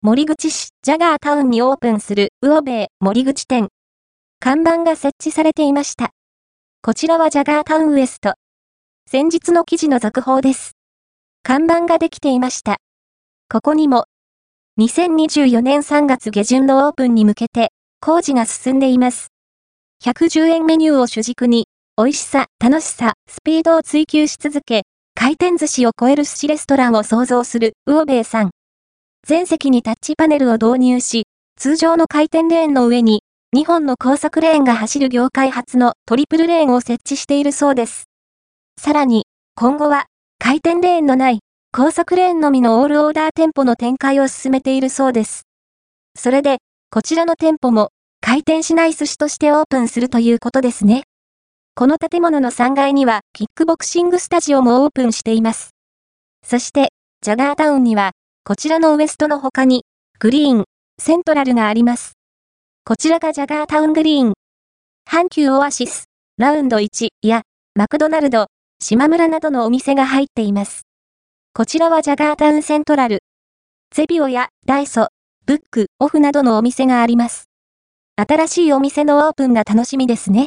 森口市ジャガータウンにオープンする魚べい森口店。看板が設置されていました。こちらはジャガータウンウエスト。先日の記事の続報です。看板ができていました。ここにも、2024年3月下旬のオープンに向けて工事が進んでいます。110円メニューを主軸に、美味しさ、楽しさ、スピードを追求し続け、回転寿司を超える寿司レストランを創造する魚べいさん。全席にタッチパネルを導入し、通常の回転レーンの上に、2本の高速レーンが走る業界初のトリプルレーンを設置しているそうです。さらに、今後は、回転レーンのない高速レーンのみのオールオーダー店舗の展開を進めているそうです。それで、こちらの店舗も、回転しない寿司としてオープンするということですね。この建物の3階には、キックボクシングスタジオもオープンしています。そして、ジャガータウンには、こちらのウエストの他に、グリーン、セントラルがあります。こちらがジャガータウングリーン。阪急オアシス、ラウンド1や、マクドナルド、島村などのお店が入っています。こちらはジャガータウンセントラル。ゼビオやダイソ、ブック、オフなどのお店があります。新しいお店のオープンが楽しみですね。